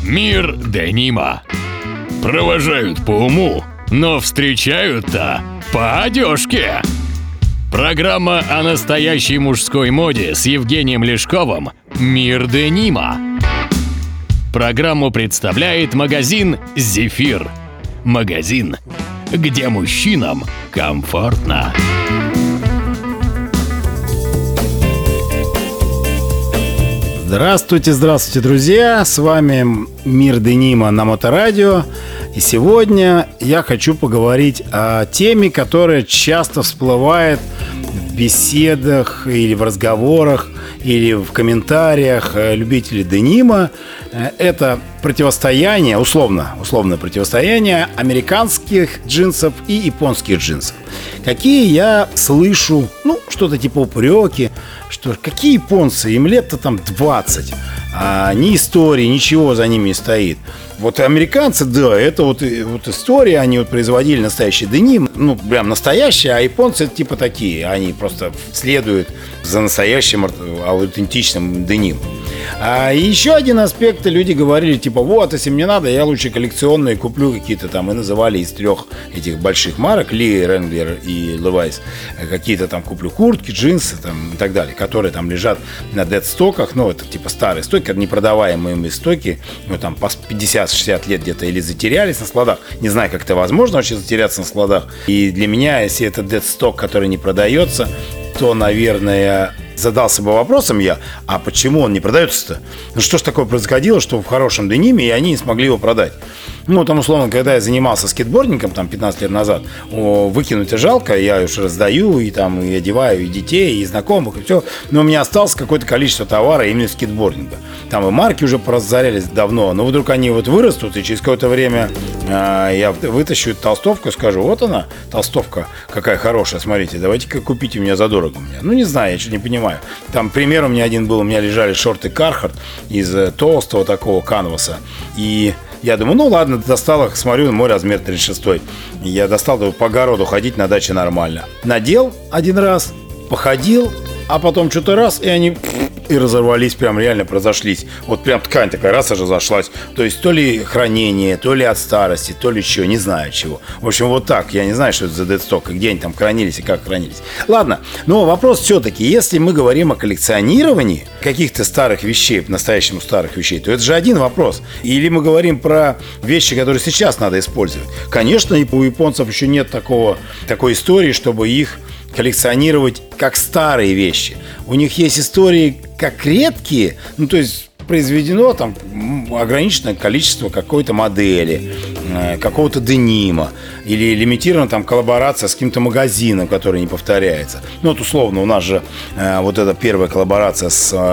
Мир денима. Провожают по уму, но встречают-то по одежке. Программа о настоящей мужской моде с Евгением Лешковым «Мир денима». Программу представляет магазин «Зефир». Магазин, где мужчинам комфортно. Здравствуйте, друзья! С вами Мир денима на Моторадио. И сегодня я хочу поговорить о теме, которая часто всплывает в беседах или в разговорах, или в комментариях любителей денима. Это противостояние, условное противостояние американских джинсов и японских джинсов. Какие я слышу, что-то типа упреки, что какие японцы, им лет-то там 20, а ни истории, ничего за ними не стоит. Вот американцы, да, это вот история, они производили настоящий деним, прям настоящий, а японцы это типа такие, они просто следуют за настоящим аутентичным денимом. А еще один аспект, люди говорили, типа, вот, если мне надо, я лучше коллекционные куплю какие-то там, и называли из 3 этих больших марок, Ли, Wrangler и Levi's, какие-то там куплю куртки, джинсы там и так далее, которые там лежат на дедстоках, это типа старые стоки, непродаваемые стоки, там по 50-60 лет где-то или затерялись на складах, не знаю, как это возможно вообще затеряться на складах, и для меня, если это дедсток, который не продается, то, наверное, задался бы вопросом а почему он не продается-то? Что ж такое происходило, что в хорошем дениме и они не смогли его продать? Условно, когда я занимался скейтбордингом, 15 лет назад, выкинуть жалко, я уж раздаю, и одеваю и детей, и знакомых, и все. Но у меня осталось какое-то количество товара именно скейтбординга. Там и марки уже поразорялись давно, но вдруг они вырастут, и через какое-то время я вытащу эту толстовку и скажу, вот она, толстовка какая хорошая, смотрите, давайте-ка купите у меня задорого. Не знаю, я что-то не понимаю. Там пример у меня один был, у меня лежали шорты Carhartt из толстого такого канваса, и я думаю, ладно, достал их, смотрю, мой размер 36. Я достал по огороду ходить на даче нормально. Надел один раз, походил, а потом что-то раз, и они и разорвались, прям реально разошлись. Вот прям ткань такая раз разошлась. То есть то ли хранение, то ли от старости, то ли еще, не знаю чего. В общем, вот так. Я не знаю, что это за дедсток, и где они там хранились и как хранились. Ладно, но вопрос все-таки, если мы говорим о коллекционировании каких-то старых вещей, по-настоящему старых вещей, то это же один вопрос. Или мы говорим про вещи, которые сейчас надо использовать. Конечно, у японцев еще нет такой истории, чтобы их коллекционировать как старые вещи. У них есть истории как редкие, то есть произведено ограниченное количество какой-то модели, какого-то денима, или лимитирована коллаборация с каким-то магазином, который не повторяется. Условно, у нас же эта первая коллаборация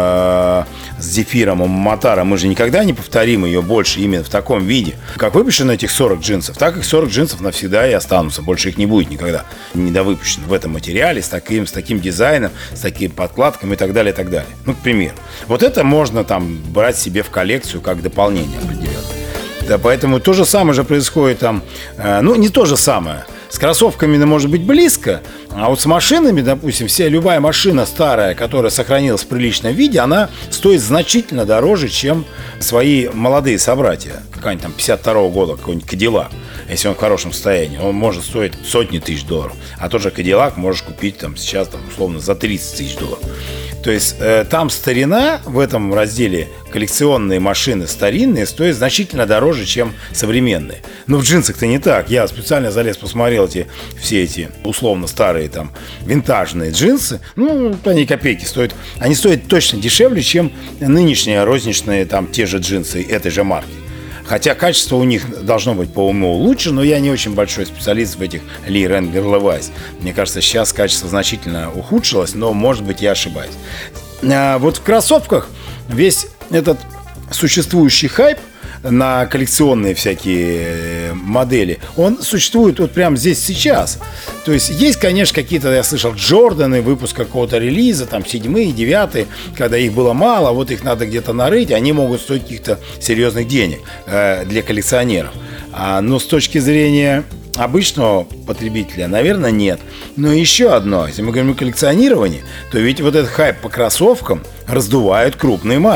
с Зефиром и Мотаро, мы же никогда не повторим ее больше именно в таком виде. Как выпущено этих 40 джинсов, так их 40 джинсов навсегда и останутся. Больше их не будет никогда недовыпущено в этом материале, с таким дизайном, с такими подкладками и так далее, и так далее. К примеру. Вот это можно брать себе в коллекцию как дополнение определенное. Да, поэтому то же самое же происходит не то же самое. С кроссовками может быть близко, а вот с машинами, допустим, любая машина старая, которая сохранилась в приличном виде, она стоит значительно дороже, чем свои молодые собратья. Какая-нибудь 52-го года, какой-нибудь Cadillac, если он в хорошем состоянии, он может стоить сотни тысяч долларов. А тот же Cadillac можешь купить сейчас, условно, за 30 тысяч долларов. То есть там старина в этом разделе, коллекционные машины старинные, стоят значительно дороже, чем современные. Но в джинсах-то не так. Я специально залез, посмотрел все эти условно старые винтажные джинсы. Они копейки стоят. Они стоят точно дешевле, чем нынешние розничные те же джинсы этой же марки. Хотя качество у них должно быть, по-моему, лучше, но я не очень большой специалист в этих Ли, Wrangler, Levi's. Мне кажется, сейчас качество значительно ухудшилось, но, может быть, я ошибаюсь. Вот в кроссовках весь этот существующий хайп на коллекционные всякие модели, он существует прямо здесь сейчас. То есть есть, конечно, какие-то, я слышал, Джорданы, выпуск какого-то релиза, 7-й, 9-й, когда их было мало, их надо где-то нарыть, они могут стоить каких-то серьезных денег для коллекционеров. Но с точки зрения обычного потребителя, наверное, нет. Но еще одно, если мы говорим о коллекционировании, то ведь этот хайп по кроссовкам раздувают крупные марки.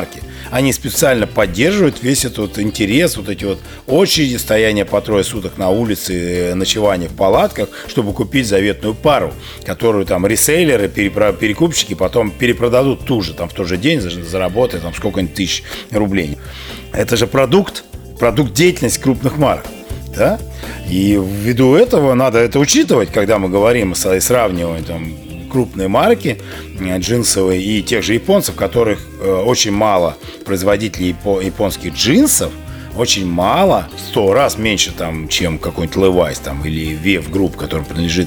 они специально поддерживают весь этот интерес, вот эти вот очереди, стояние по 3 суток на улице, ночевание в палатках, чтобы купить заветную пару, которую там ресейлеры, перекупщики потом перепродадут ту же, там в тот же день заработают там сколько-нибудь тысяч рублей. Это же продукт деятельности крупных марок. Да? И ввиду этого надо это учитывать, когда мы говорим и сравниваем там крупные марки джинсовые и тех же японцев, которых очень мало производителей японских джинсов, очень мало, 100 раз меньше, там, чем какой-нибудь Levi's там, или VF Group, которому принадлежит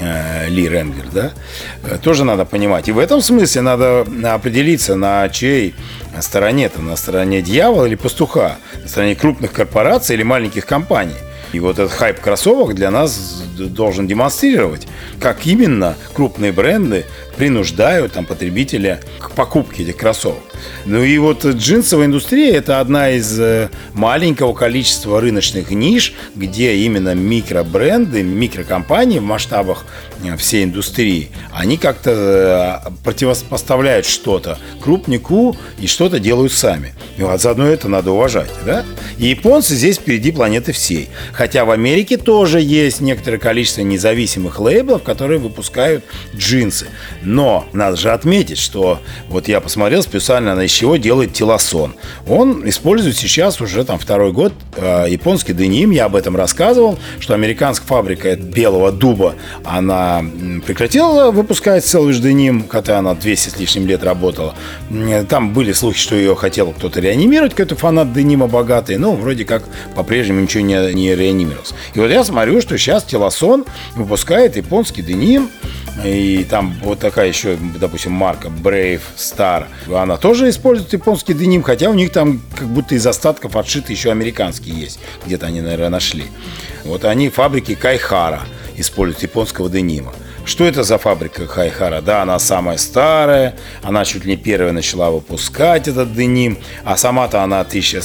Ли Ренглер, да? Тоже надо понимать. И в этом смысле надо определиться, на чьей стороне-то, на стороне дьявола или пастуха, на стороне крупных корпораций или маленьких компаний. И вот этот хайп кроссовок для нас должен демонстрировать, как именно крупные бренды принуждают там потребителя к покупке этих кроссовок. Ну и вот джинсовая индустрия – это одна из маленького количества рыночных ниш, где именно микробренды, микрокомпании в масштабах всей индустрии, они как-то противопоставляют что-то крупнику и что-то делают сами. И вот заодно это надо уважать, да? И японцы здесь впереди планеты всей. Хотя в Америке тоже есть некоторое количество независимых лейблов, которые выпускают джинсы. Но надо же отметить, что вот я посмотрел специально, из чего делает Телосон. Он использует сейчас уже там 2-й год японский деним. Я об этом рассказывал, что американская фабрика белого дуба, она прекратила выпускать селвидж деним, хотя она 200 с лишним лет работала. Там были слухи, что ее хотел кто-то реанимировать, какой-то фанат денима богатый, но вроде как по-прежнему ничего не реанимировался. И вот я смотрю, что сейчас Телосон выпускает японский деним. И там вот такая еще, допустим, марка Brave Star. Она тоже использует японский деним, хотя у них там как будто из остатков отшиты еще американские есть. Где-то они, наверное, нашли. Вот они фабрики Кайхара используют японского денима. Что это за фабрика Кайхара? Да, она самая старая, она чуть ли не первая начала выпускать этот деним, а сама-то она с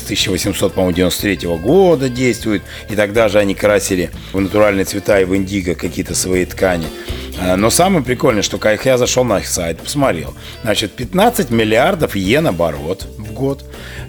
1893 года действует, и тогда же они красили в натуральные цвета и в индиго какие-то свои ткани. Но самое прикольное, что я зашел на их сайт, посмотрел. Значит, 15 миллиардов йен оборот в год,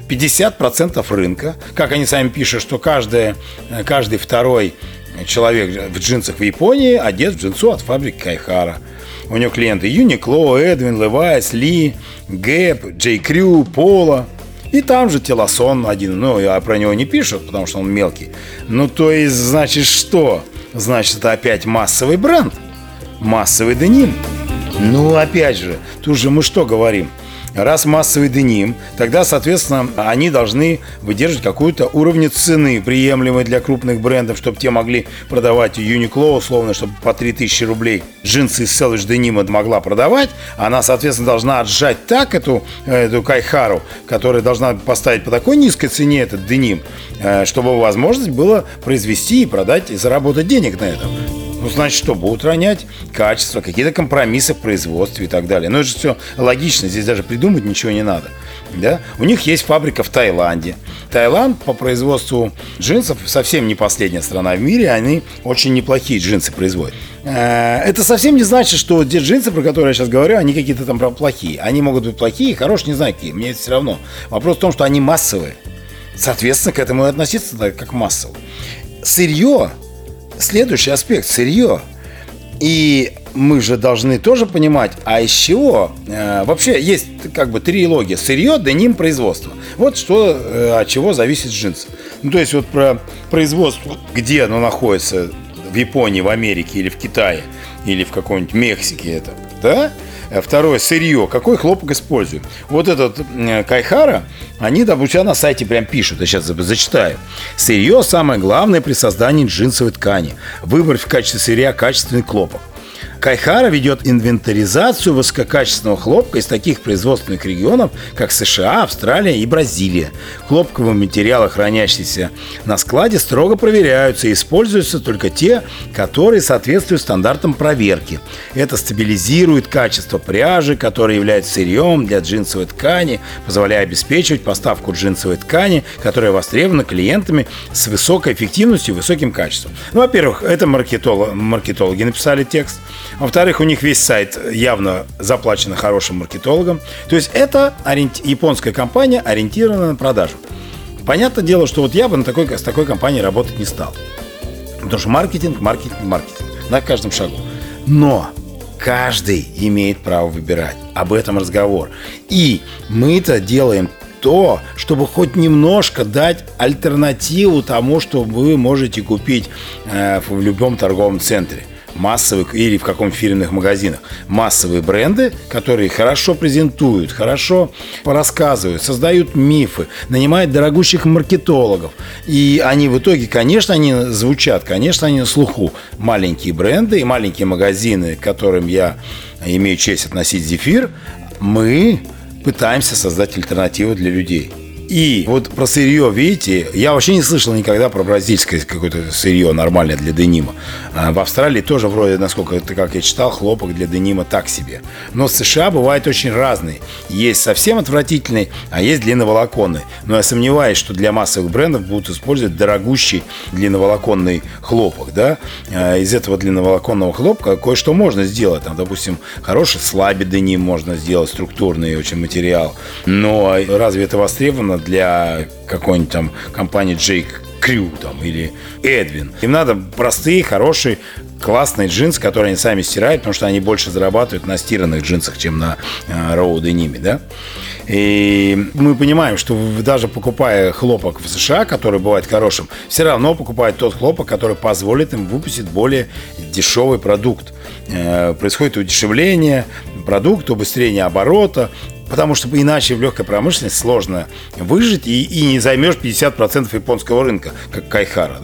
50% рынка. Как они сами пишут, что каждый второй человек в джинсах в Японии одет в джинсу от фабрики Кайхара. У него клиенты Uniqlo, Edwin, Levi's, Lee, Gap, J. Crew, Polo. И там же Телосон один. Ну, я про него не пишут, потому что он мелкий. Ну, то есть, значит, что? Значит, это опять массовый бренд. Массовый деним. Ну, опять же, тут же мы что говорим? Раз массовый деним, тогда, соответственно, они должны выдерживать какой-то уровень цены, приемлемый для крупных брендов, чтобы те могли продавать Uniqlo, условно, чтобы по 3000 рублей джинсы из селвидж денима могла продавать. Она, соответственно, должна отжать так эту Кайхару, которая должна поставить по такой низкой цене этот деним, чтобы возможность было произвести и продать, и заработать денег на этом. Ну, значит, что? Будут ронять качество, какие-то компромиссы в производстве и так далее. Но это же все логично, здесь даже придумать ничего не надо. Да? У них есть фабрика в Таиланде. Таиланд по производству джинсов совсем не последняя страна в мире, они очень неплохие джинсы производят. Это совсем не значит, что те джинсы, про которые я сейчас говорю, они какие-то там плохие. Они могут быть плохие, хорошие, не знаю какие, мне это все равно. Вопрос в том, что они массовые. Соответственно, к этому и относиться как к массовому. Сырье. Следующий аспект – сырье. И мы же должны тоже понимать, а из чего? Вообще есть как бы 3 логи: сырье, деним, производство. Вот что, от чего зависит джинсы. Ну, то есть вот про производство, где оно находится, в Японии, в Америке или в Китае, или в какой-нибудь Мексике это, да? Второе, сырье. Какой хлопок используем? Вот этот Кайхара, они, допустим, на сайте прям пишут, я сейчас зачитаю. Сырье самое главное при создании джинсовой ткани. Выбрать в качестве сырья качественный хлопок. Кайхара ведет инвентаризацию высококачественного хлопка из таких производственных регионов, как США, Австралия и Бразилия. Хлопковые материалы, хранящиеся на складе, строго проверяются и используются только те, которые соответствуют стандартам проверки. Это стабилизирует качество пряжи, которая является сырьем для джинсовой ткани, позволяя обеспечивать поставку джинсовой ткани, которая востребована клиентами с высокой эффективностью и высоким качеством. Ну, во-первых, это маркетологи написали текст. Во-вторых, у них весь сайт явно заплачен хорошим маркетологом. То есть это японская компания, ориентирована на продажу. Понятное дело, что вот я бы с такой компанией работать не стал. Потому что маркетинг на каждом шагу. Но каждый имеет право выбирать. Об этом разговор. И мы-то делаем то, чтобы хоть немножко дать альтернативу тому, что вы можете купить в любом торговом центре. Массовых или в каком-то фирменных магазинах. Массовые бренды, которые хорошо презентуют, хорошо рассказывают, создают мифы, нанимают дорогущих маркетологов. И они в итоге, конечно, они звучат, конечно, они на слуху. Маленькие бренды и маленькие магазины, к которым я имею честь относить «Зефир», мы пытаемся создать альтернативу для людей. И вот про сырье, видите, я вообще не слышал никогда про бразильское какое-то сырье нормальное для денима. В Австралии тоже вроде, насколько это, как я читал, хлопок для денима так себе. Но в США бывают очень разные. Есть совсем отвратительный, а есть длинноволоконный. Но я сомневаюсь, что для массовых брендов будут использовать дорогущий длинноволоконный хлопок. Да? Из этого длинноволоконного хлопка кое-что можно сделать. Там, допустим, хороший слаби деним можно сделать, структурный очень материал. Но разве это востребовано для какой-нибудь там компании J. Crew там, или Edwin? Им надо простые, хорошие, классные джинсы, которые они сами стирают, потому что они больше зарабатывают на стиранных джинсах, чем на роу дениме, да? И мы понимаем, что даже покупая хлопок в США, который бывает хорошим, все равно покупают тот хлопок, который позволит им выпустить более дешевый продукт. Происходит удешевление продукта, убыстрение оборота, потому что иначе в легкой промышленности сложно выжить и не займешь 50% японского рынка, как Кайхара,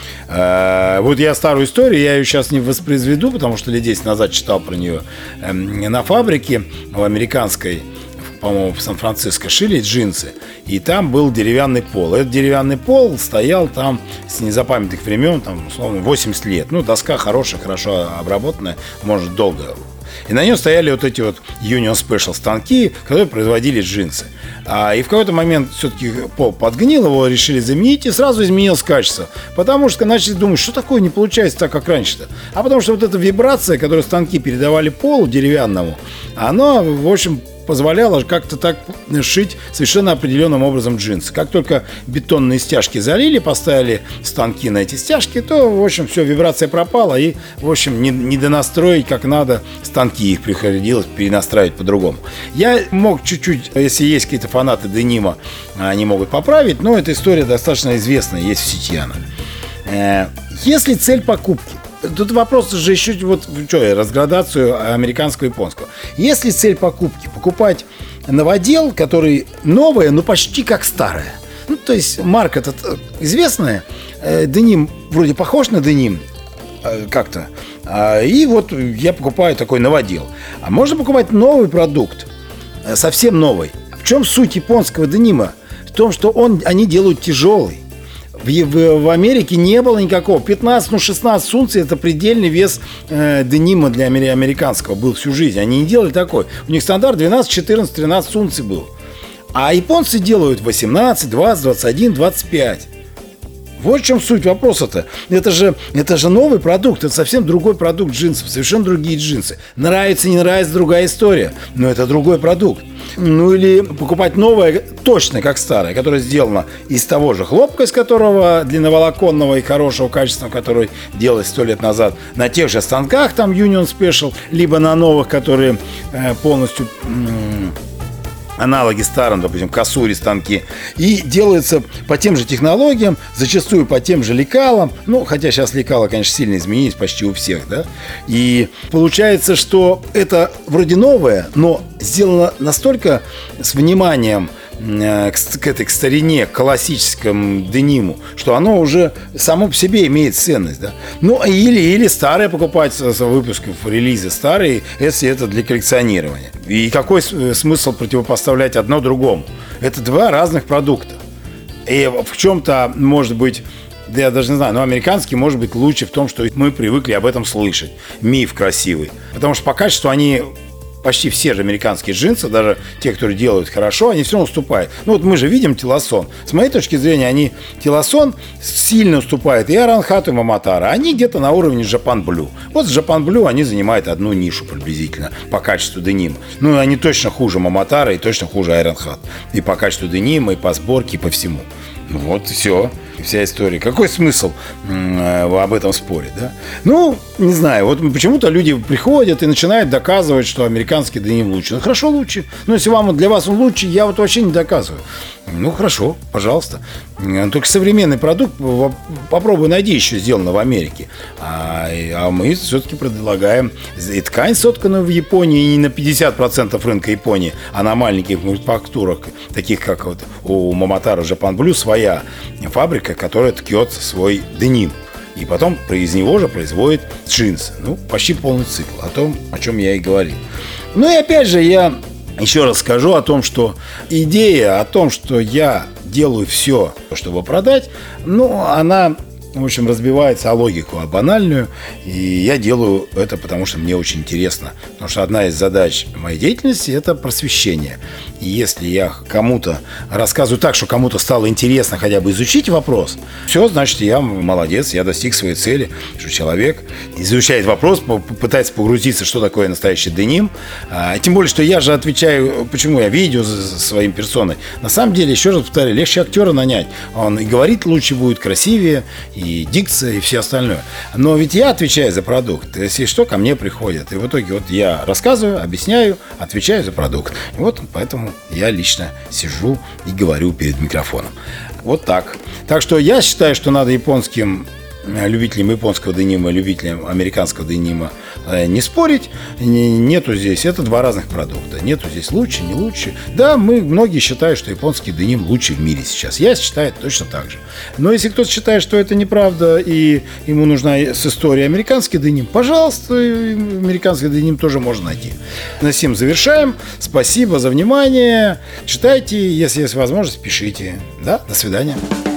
да? Вот я старую историю, я ее сейчас не воспроизведу, потому что лет 10 назад читал про нее. На фабрике в американской, по-моему, в Сан-Франциско шили джинсы, и там был деревянный пол. Этот деревянный пол стоял там с незапамятных времен, там, условно, 80 лет. Ну, доска хорошая, хорошо обработанная, может долго. И на нем стояли вот эти вот Union Special станки, которые производили джинсы. И в какой-то момент все-таки пол подгнил, его решили заменить, и сразу изменилось качество. Потому что начали думать, что такое не получается так, как раньше-то. А потому что вот эта вибрация, которую станки передавали полу деревянному, она, в общем, позволяло как-то так шить совершенно определенным образом джинсы. Как только бетонные стяжки залили, поставили станки на эти стяжки, то, в общем, все, вибрация пропала, и, в общем, не донастроить как надо станки, их приходилось перенастраивать по-другому. Я мог чуть-чуть, если есть какие-то фанаты денима, они могут поправить, но эта история достаточно известная, есть в сети она. Если цель покупки, тут вопрос же еще разградацию американского и японского. Если цель покупки покупать новодел, который новое, но почти как старое. Ну, то есть марка этот известная, деним вроде похож на деним как-то. И вот я покупаю такой новодел. А можно покупать новый продукт, совсем новый. В чем суть японского денима? В том, что они делают тяжелый. В Америке не было никакого. 16 унций – это предельный вес денима для американского был всю жизнь. Они не делали такой. У них стандарт 12, 14, 13 унций был. А японцы делают 18, 20, 21, 25. Вот в чем суть вопроса-то. Это же новый продукт, это совсем другой продукт джинсов, совершенно другие джинсы. Нравится, не нравится, другая история, но это другой продукт. Ну или покупать новое, точно как старое, которое сделано из того же хлопка, из которого длинноволоконного и хорошего качества, который делалось 100 лет назад, на тех же станках, там Union Special, либо на новых, которые полностью аналоги старым, допустим, косури станки, и делаются по тем же технологиям, зачастую по тем же лекалам, ну, хотя сейчас лекала, конечно, сильно изменились почти у всех, да, и получается, что это вроде новое, но сделано настолько с вниманием к старине, к классическому дениму, что оно уже само по себе имеет ценность, да? Ну, или старое покупать с выпусков релиза, старые, если это для коллекционирования. И какой смысл противопоставлять одно другому? Это два разных продукта. И в чем-то, может быть, да я даже не знаю, но американский может быть лучше в том, что мы привыкли об этом слышать. Миф красивый. Потому что по качеству они почти все же американские джинсы, даже те, которые делают хорошо, они все равно уступают. Ну вот мы же видим Телосон. С моей точки зрения, Телосон сильно уступает и Аранхату, и Момотаро. Они где-то на уровне Japan Blue. Вот с Japan Blue они занимают одну нишу приблизительно по качеству денима. Ну, они точно хуже Момотаро и точно хуже Ironhat. И по качеству денима, и по сборке, и по всему. Ну вот, все. Вся история. Какой смысл об этом спорить, да? Ну, не знаю. Вот почему-то люди приходят и начинают доказывать, что американский деним лучше. Ну, хорошо, лучше. Но если для вас он лучше, я вот вообще не доказываю. Ну, хорошо, пожалуйста. Только современный продукт попробуй найди еще сделано в Америке. А мы все-таки предлагаем и ткань, сотканную в Японии, и не на 50% рынка Японии, а на маленьких мануфактурах, таких как вот у Момотаро Japan Blue, своя фабрика, которая ткет свой деним. И потом из него же производит джинсы. Ну, почти полный цикл. О том, о чем я и говорил. Ну и опять же, я еще раз скажу о том, что идея о том, что я делаю все, чтобы продать, ну, она, в общем, разбивается о логику, о банальную. И я делаю это, потому что мне очень интересно. Потому что одна из задач моей деятельности – это просвещение. И если я кому-то рассказываю так, что кому-то стало интересно хотя бы изучить вопрос, все, значит, я молодец, я достиг своей цели, что человек изучает вопрос, пытается погрузиться, что такое настоящий деним. Тем более, что я же отвечаю, почему я видео за своим персоной. На самом деле, еще раз повторяю, легче актера нанять. Он и говорит лучше будет, красивее, и дикция, и все остальное. Но ведь я отвечаю за продукт. Если что, ко мне приходят. И в итоге вот я рассказываю, объясняю, отвечаю за продукт. И вот поэтому я лично сижу и говорю перед микрофоном. Вот так. Так что я считаю, что надо японским любителям японского денима, любителям американского денима не спорить. Нету здесь, это два разных продукта. Нету здесь лучше, не лучше. Да, многие считают, что японский деним лучший в мире сейчас. Я считаю точно так же. Но если кто-то считает, что это неправда и ему нужна с историей американский деним, пожалуйста, американский деним тоже можно найти. На сим завершаем. Спасибо за внимание. Читайте, если есть возможность, пишите. Да, до свидания.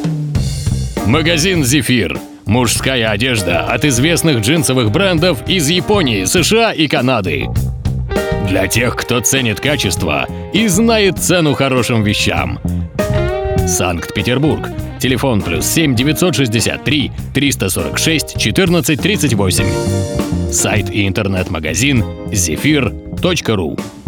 Магазин «Зефир». Мужская одежда от известных джинсовых брендов из Японии, США и Канады. Для тех, кто ценит качество и знает цену хорошим вещам. Санкт-Петербург. Телефон +7 963 346 14 38. Сайт и интернет-магазин zefir.ru.